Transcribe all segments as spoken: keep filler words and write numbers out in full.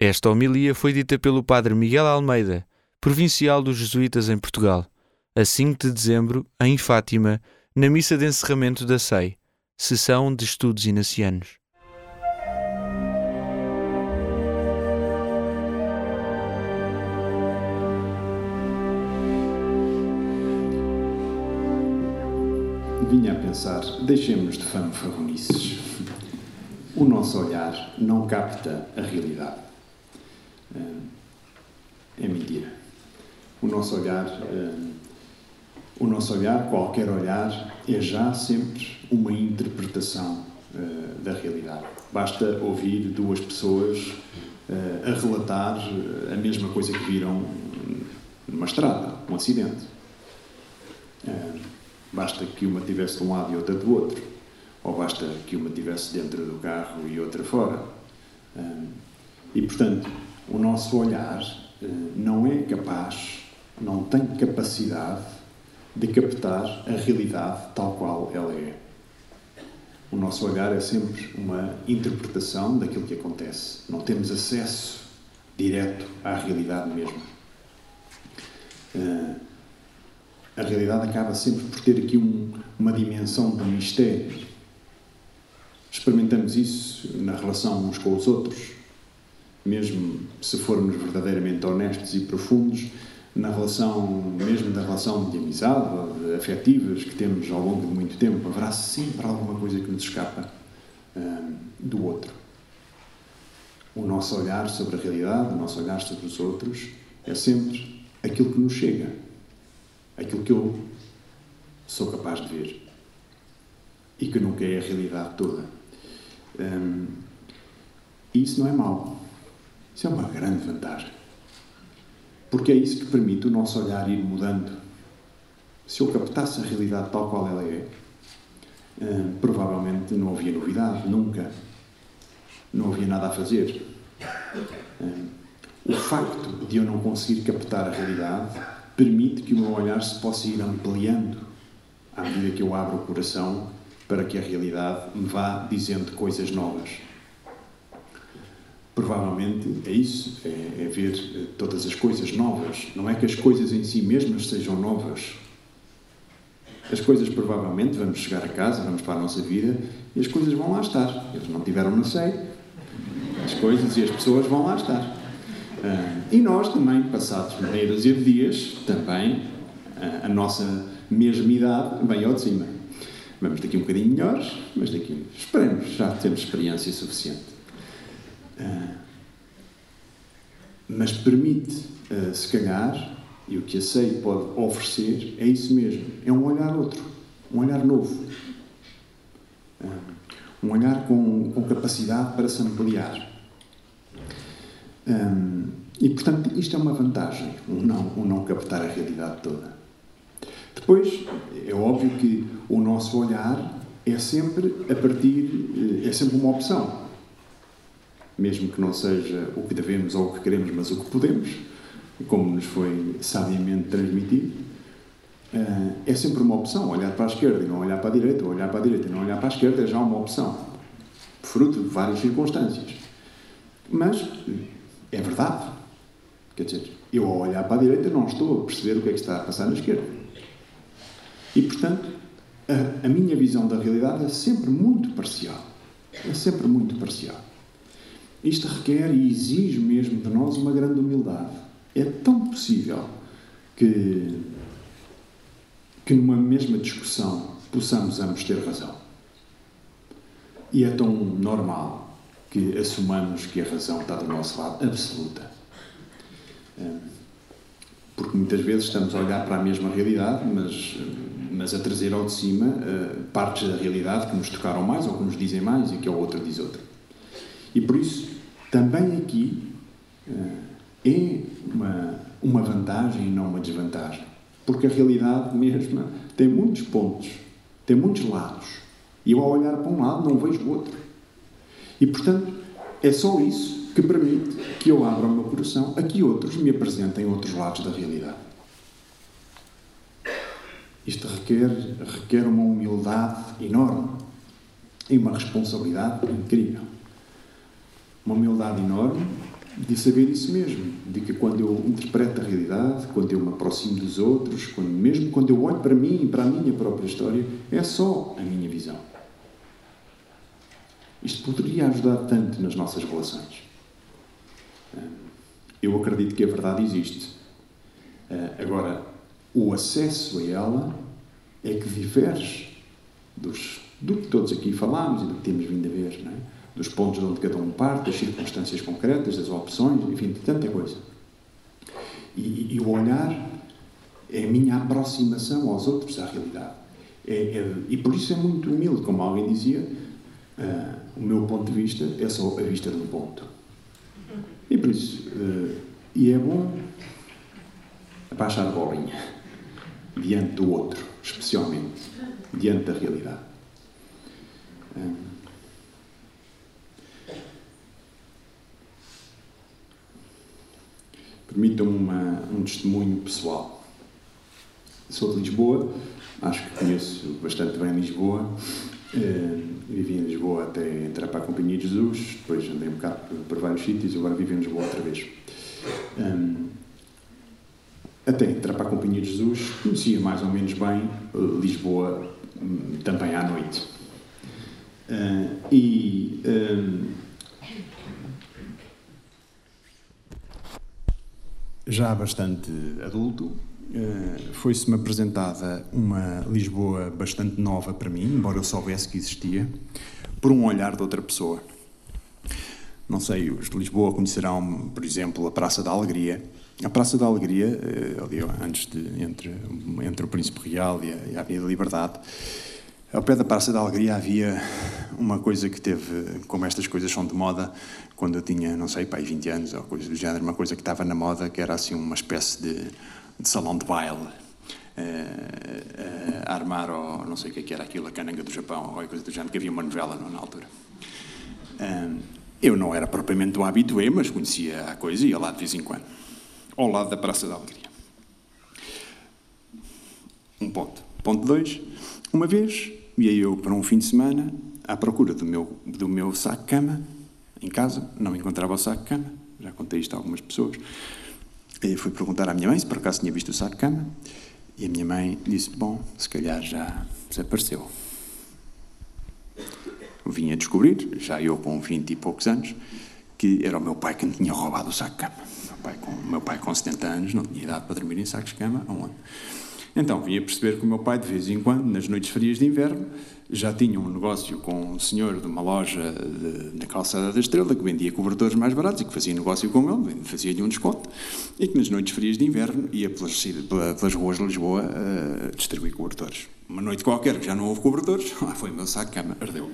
Esta homilia foi dita pelo padre Miguel Almeida, provincial dos Jesuítas em Portugal, a cinco de dezembro, em Fátima, na missa de encerramento da S E I, Sessão de Estudos Inacianos. Vinha a pensar, deixemos de fanfarronices. O nosso olhar não capta a realidade. É mentira. O nosso olhar, o nosso olhar, qualquer olhar, é já sempre uma interpretação da realidade. Basta ouvir duas pessoas a relatar a mesma coisa que viram numa estrada, um acidente. Basta que uma estivesse de um lado e outra do outro. Ou basta que uma estivesse dentro do carro e outra fora. E, portanto, o nosso olhar não é capaz, não tem capacidade de captar a realidade tal qual ela é. O nosso olhar é sempre uma interpretação daquilo que acontece. Não temos acesso direto à realidade mesmo. A realidade acaba sempre por ter aqui um, uma dimensão de mistério. Experimentamos isso na relação uns com os outros, mesmo se formos verdadeiramente honestos e profundos, na relação, mesmo da relação de amizade ou de afetivas que temos ao longo de muito tempo, haverá sempre alguma coisa que nos escapa hum, do outro. O nosso olhar sobre a realidade, o nosso olhar sobre os outros, é sempre aquilo que nos chega. Aquilo que eu sou capaz de ver e que nunca é a realidade toda. Hum, e isso não é mau. Isso é uma grande vantagem. Porque é isso que permite o nosso olhar ir mudando. Se eu captasse a realidade tal qual ela é, hum, provavelmente não havia novidade, nunca. Não havia nada a fazer. Hum, o facto de eu não conseguir captar a realidade permite que o meu olhar se possa ir ampliando à medida que eu abro o coração para que a realidade me vá dizendo coisas novas. Provavelmente é isso, é, é ver todas as coisas novas. Não é que as coisas em si mesmas sejam novas. As coisas, provavelmente, vamos chegar a casa, vamos para a nossa vida e as coisas vão lá estar. Eles não tiveram no seio. As coisas e as pessoas vão lá estar. Uh, e nós também, passados meia dúzia de dias, também uh, a nossa mesma idade vem ao de cima. Vamos daqui um bocadinho melhores, mas daqui, esperemos, já temos experiência suficiente. Uh, mas permite, uh, se calhar, e o que a S E I pode oferecer é isso mesmo, é um olhar outro, um olhar novo. Uh, um olhar com, com capacidade para se ampliar. Um, e, portanto, isto é uma vantagem, o não, o não captar a realidade toda. Depois, é óbvio que o nosso olhar é sempre a partir, é sempre uma opção. Mesmo que não seja o que devemos ou o que queremos, mas o que podemos, como nos foi sabiamente transmitido, é sempre uma opção. Olhar para a esquerda e não olhar para a direita, ou olhar para a direita e não olhar para a esquerda é já uma opção, fruto de várias circunstâncias. Mas é verdade. Quer dizer, eu ao olhar para a direita não estou a perceber o que é que está a passar na esquerda. E, portanto, a, a minha visão da realidade é sempre muito parcial. É sempre muito parcial. Isto requer e exige mesmo de nós uma grande humildade. É tão possível que, que numa mesma discussão possamos ambos ter razão. E é tão normal que assumamos que a razão está do nosso lado, absoluta. Porque muitas vezes estamos a olhar para a mesma realidade, mas, mas a trazer ao de cima partes da realidade que nos tocaram mais ou que nos dizem mais e que ao outro diz outra. E por isso, também aqui é uma, uma vantagem e não uma desvantagem. Porque a realidade mesma tem muitos pontos, tem muitos lados. E eu, ao olhar para um lado, não vejo o outro. E, portanto, é só isso que permite que eu abra o meu coração a que outros me apresentem outros lados da realidade. Isto requer, requer uma humildade enorme e uma responsabilidade incrível. Uma humildade enorme de saber isso mesmo, de que quando eu interpreto a realidade, quando eu me aproximo dos outros, quando, mesmo quando eu olho para mim, para a minha própria história, é só a minha visão. Isto poderia ajudar tanto nas nossas relações. Eu acredito que a verdade existe. Agora, o acesso a ela é que diverge dos, do que todos aqui falámos e do que temos vindo a ver, não é? Dos pontos de onde cada um parte, das circunstâncias concretas, das opções, enfim, de tanta coisa. E, e o olhar é a minha aproximação aos outros, à realidade. É, é, e por isso é muito humilde, como alguém dizia, uh, o meu ponto de vista é só a vista de um ponto. E por isso, uh, e é bom abaixar a bolinha diante do outro, especialmente diante da realidade. Uh, Permitam-me uma, um testemunho pessoal. Sou de Lisboa, acho que conheço bastante bem Lisboa. Uh, vivi em Lisboa até entrar para a Companhia de Jesus, depois andei um bocado por, por vários sítios e agora vivo em Lisboa outra vez. Um, até entrar para a Companhia de Jesus, conhecia mais ou menos bem uh, Lisboa um, também à noite. Uh, e... Um, já bastante adulto, foi-se-me apresentada uma Lisboa bastante nova para mim, embora eu soubesse que existia, por um olhar de outra pessoa. Não sei, os de Lisboa conhecerão, por exemplo, a Praça da Alegria. A Praça da Alegria, ali antes de, entre, entre o Príncipe Real e a, e a Avenida Liberdade, ao pé da Praça da Alegria havia uma coisa que teve, como estas coisas são de moda, quando eu tinha, não sei, pai, vinte anos ou coisa do género, uma coisa que estava na moda, que era assim uma espécie de, de salão de baile, uh, uh, a armar, ou não sei o que, é que era aquilo, a cananga do Japão, ou coisa do género, que havia uma novela não, na altura. Uh, eu não era propriamente um habitué, mas conhecia a coisa e ia lá de vez em quando, ao lado da Praça da Alegria. Um ponto. Ponto dois. Uma vez ia eu para um fim de semana à procura do meu, do meu saco de cama em casa, não encontrava o saco de cama, já contei isto a algumas pessoas. E fui perguntar à minha mãe se por acaso tinha visto o saco de cama e a minha mãe disse, bom, se calhar já desapareceu. Vim a descobrir, já eu com vinte e poucos anos, que era o meu pai que me tinha roubado o saco de cama. O meu pai com, meu pai com setenta anos não tinha idade para dormir em sacos de cama há um ano. Então, vim a perceber que o meu pai, de vez em quando, nas noites frias de inverno, já tinha um negócio com um senhor de uma loja de, na Calçada da Estrela, que vendia cobertores mais baratos e que fazia negócio com ele, fazia-lhe um desconto, e que nas noites frias de inverno ia pelas, pelas ruas de Lisboa a distribuir cobertores. Uma noite qualquer, que já não houve cobertores, lá foi o meu saco de cama, ardeu.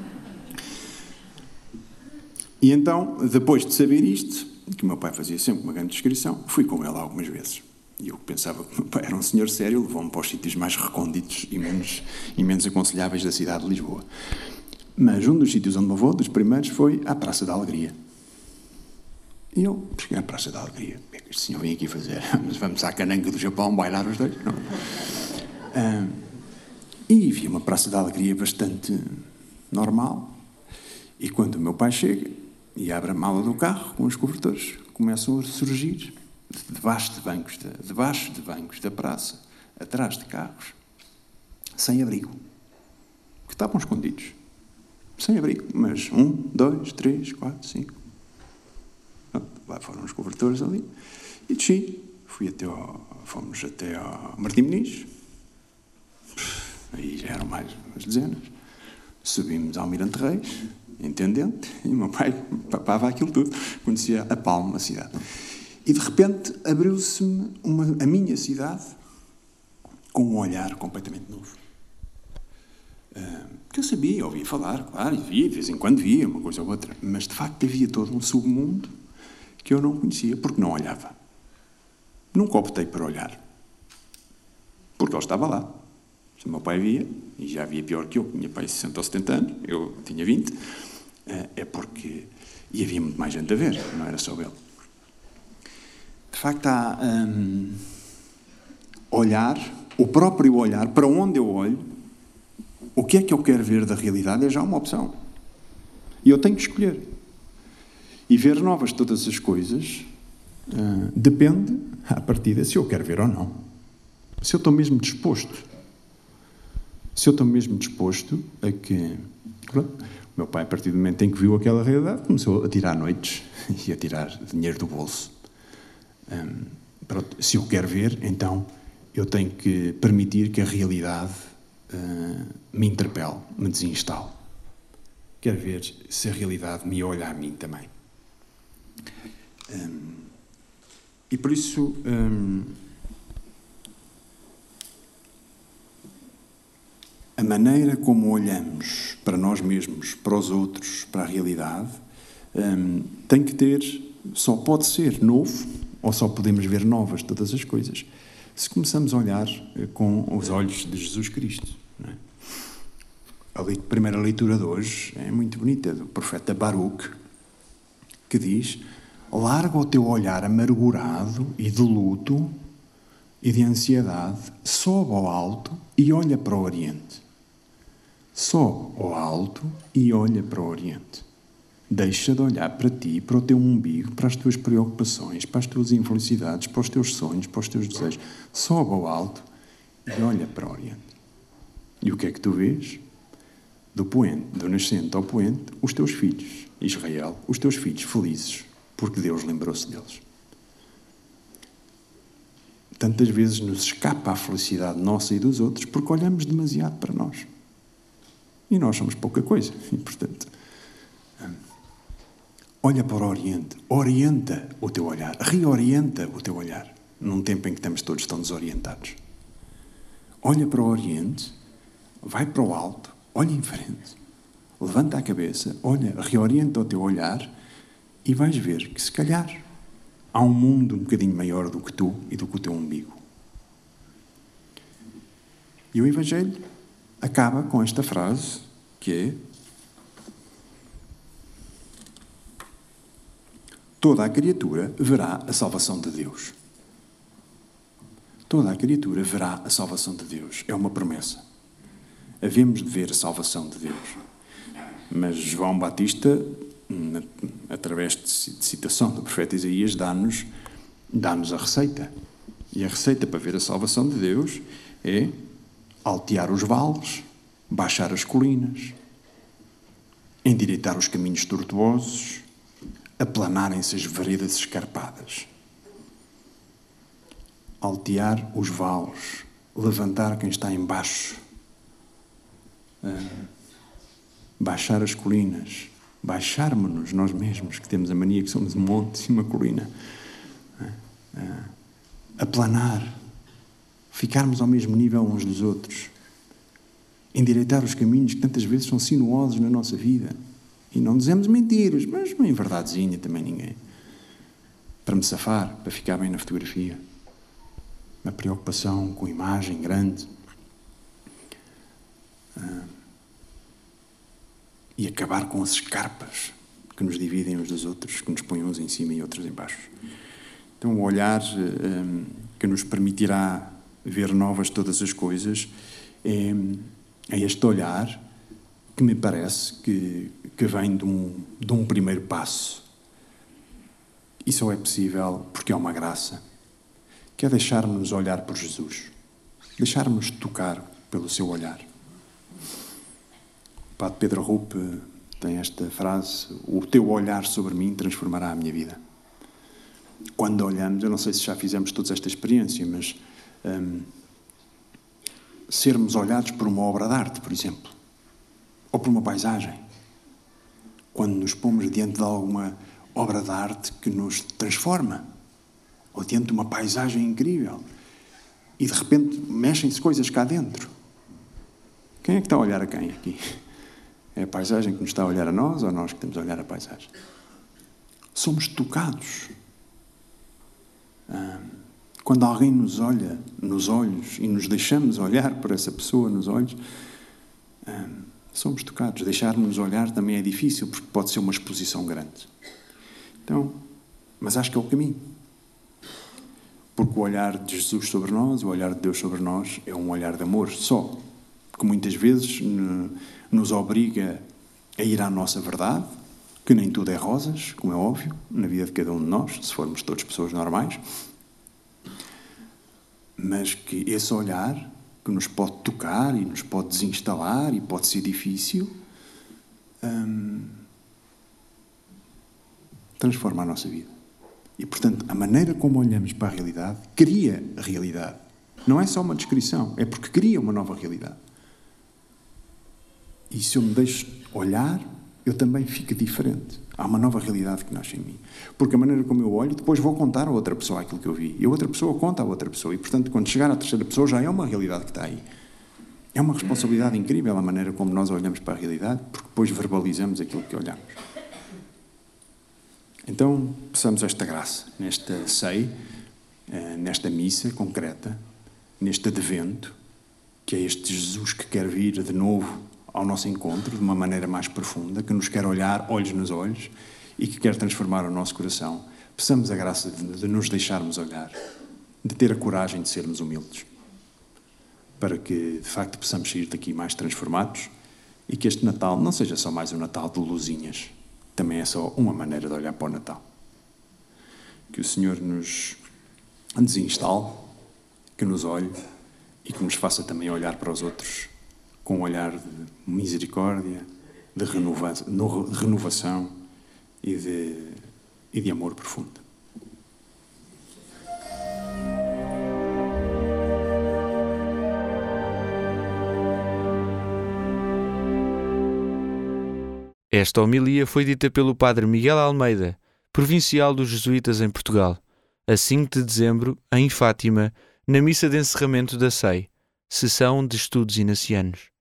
E então, depois de saber isto, que o meu pai fazia sempre uma grande descrição, fui com ele algumas vezes. E eu pensava que o meu pai era um senhor sério, levou-me para os sítios mais recônditos e menos, e menos aconselháveis da cidade de Lisboa. Mas um dos sítios onde me levou, dos primeiros, foi à Praça da Alegria. E eu cheguei à Praça da Alegria. O que é que este senhor vem aqui fazer? Vamos à cananga do Japão bailar os dois? Não. Ah, e vi uma Praça da Alegria bastante normal. E quando o meu pai chega e abre a mala do carro com os cobertores, começam a surgir debaixo de bancos, de, debaixo de bancos da praça, atrás de carros, sem abrigo, que estavam escondidos, sem abrigo, mas um, dois, três, quatro, cinco, lá foram os cobertores ali, e desci, fui até ao, fomos até ao Martim Moniz, aí já eram mais umas dezenas, subimos ao Almirante Reis, intendente, e o meu pai papava aquilo tudo, conhecia a palmo a cidade. E, de repente, abriu-se-me a minha cidade com um olhar completamente novo. Uh, que eu sabia, ouvia falar, claro, e via, de vez em quando via uma coisa ou outra, mas, de facto, havia todo um submundo que eu não conhecia, porque não olhava. Nunca optei por olhar. Porque ele estava lá. Se o meu pai via, e já via pior que eu, tinha pai sessenta ou setenta anos, eu tinha vinte, uh, é porque... E havia muito mais gente a ver, não era só ele. De facto, há um, olhar, o próprio olhar, para onde eu olho, o que é que eu quero ver da realidade é já uma opção. E eu tenho que escolher. E ver novas todas as coisas uh, depende, à partida, se eu quero ver ou não. Se eu estou mesmo disposto. Se eu estou mesmo disposto a que... Pronto, o meu pai, a partir do momento em que viu aquela realidade, começou a tirar noites e a tirar dinheiro do bolso. Um, pronto, se eu quero ver, então eu tenho que permitir que a realidade uh, me interpele, me desinstale. Quero ver se a realidade me olha a mim também. Um, e por isso... Um, a maneira como olhamos para nós mesmos, para os outros, para a realidade, um, tem que ter, só pode ser novo, ou só podemos ver novas todas as coisas, se começamos a olhar com os olhos de Jesus Cristo. Não é? A primeira leitura de hoje é muito bonita, do profeta Baruque, que diz: larga o teu olhar amargurado e de luto e de ansiedade, sobe ao alto e olha para o Oriente. Sobe ao alto e olha para o Oriente. Deixa de olhar para ti, para o teu umbigo, para as tuas preocupações, para as tuas infelicidades, para os teus sonhos, para os teus desejos. Sobe ao alto e olha para o Oriente. E o que é que tu vês? Do poente, do nascente ao poente, os teus filhos, Israel, os teus filhos felizes, porque Deus lembrou-se deles. Tantas vezes nos escapa a felicidade nossa e dos outros porque olhamos demasiado para nós. E nós somos pouca coisa. E, portanto, olha para o Oriente. Orienta o teu olhar. Reorienta o teu olhar. Num tempo em que estamos todos tão desorientados. Olha para o Oriente. Vai para o alto. Olha em frente. Levanta a cabeça. Olha, reorienta o teu olhar. E vais ver que, se calhar, há um mundo um bocadinho maior do que tu e do que o teu umbigo. E o Evangelho acaba com esta frase, que é: toda a criatura verá a salvação de Deus. Toda a criatura verá a salvação de Deus. É uma promessa. Havemos de ver a salvação de Deus. Mas João Batista, através de citação do profeta Isaías, dá-nos, dá-nos a receita. E a receita para ver a salvação de Deus é altear os vales, baixar as colinas, endireitar os caminhos tortuosos, aplanarem-se as veredas escarpadas. Altear os vales, levantar quem está em baixo, baixar as colinas, baixarmos-nos nós mesmos, que temos a mania que somos um monte e uma colina, aplanar, ficarmos ao mesmo nível uns dos outros, endireitar os caminhos que tantas vezes são sinuosos na nossa vida. E não dizemos mentiras, mas uma verdadezinha também ninguém. Para me safar, para ficar bem na fotografia. Uma preocupação com imagem grande. Ah, e acabar com as escarpas que nos dividem uns dos outros, que nos põem uns em cima e outros em baixo. Então, o olhar um, que nos permitirá ver novas todas as coisas é, é este olhar que me parece que, que vem de um, de um primeiro passo. E só é possível porque é uma graça, que é deixarmos-nos olhar por Jesus, deixarmos tocar pelo seu olhar. O Padre Pedro Rupe tem esta frase: o teu olhar sobre mim transformará a minha vida. Quando olhamos, eu não sei se já fizemos toda esta experiência, mas hum, sermos olhados por uma obra de arte, por exemplo, ou por uma paisagem. Quando nos pomos diante de alguma obra de arte que nos transforma, ou diante de uma paisagem incrível, e de repente mexem-se coisas cá dentro. Quem é que está a olhar a quem aqui? É a paisagem que nos está a olhar a nós, ou nós que estamos a olhar a paisagem? Somos tocados. Ah, quando alguém nos olha nos olhos e nos deixamos olhar por essa pessoa nos olhos, ah, somos tocados. Deixar-nos olhar também é difícil, porque pode ser uma exposição grande. Então, mas acho que é o caminho. Porque o olhar de Jesus sobre nós, o olhar de Deus sobre nós, é um olhar de amor só, que muitas vezes nos obriga a ir à nossa verdade, que nem tudo é rosas, como é óbvio, na vida de cada um de nós, se formos todas pessoas normais, mas que esse olhar que nos pode tocar e nos pode desinstalar e pode ser difícil, hum, transforma a nossa vida. E, portanto, a maneira como olhamos para a realidade cria a realidade. Não é só uma descrição, é porque cria uma nova realidade. E se eu me deixo olhar, eu também fico diferente. Há uma nova realidade que nasce em mim. Porque a maneira como eu olho, depois vou contar a outra pessoa aquilo que eu vi. E a outra pessoa conta a outra pessoa. E, portanto, quando chegar à terceira pessoa, já é uma realidade que está aí. É uma responsabilidade incrível a maneira como nós olhamos para a realidade, porque depois verbalizamos aquilo que olhamos. Então, peçamos esta graça, nesta ceia, nesta missa concreta, neste advento, que é este Jesus que quer vir de novo ao nosso encontro, de uma maneira mais profunda, que nos quer olhar olhos nos olhos e que quer transformar o nosso coração. Peçamos a graça de, de nos deixarmos olhar, de ter a coragem de sermos humildes, para que, de facto, possamos sair daqui mais transformados e que este Natal não seja só mais um Natal de luzinhas, também é só uma maneira de olhar para o Natal. Que o Senhor nos desinstale, que nos olhe e que nos faça também olhar para os outros com um olhar de misericórdia, de renova, renovação e de, e de amor profundo. Esta homilia foi dita pelo Padre Miguel Almeida, provincial dos Jesuítas em Portugal, a cinco de dezembro, em Fátima, na missa de encerramento da C E I, Sessão de Estudos Inacianos.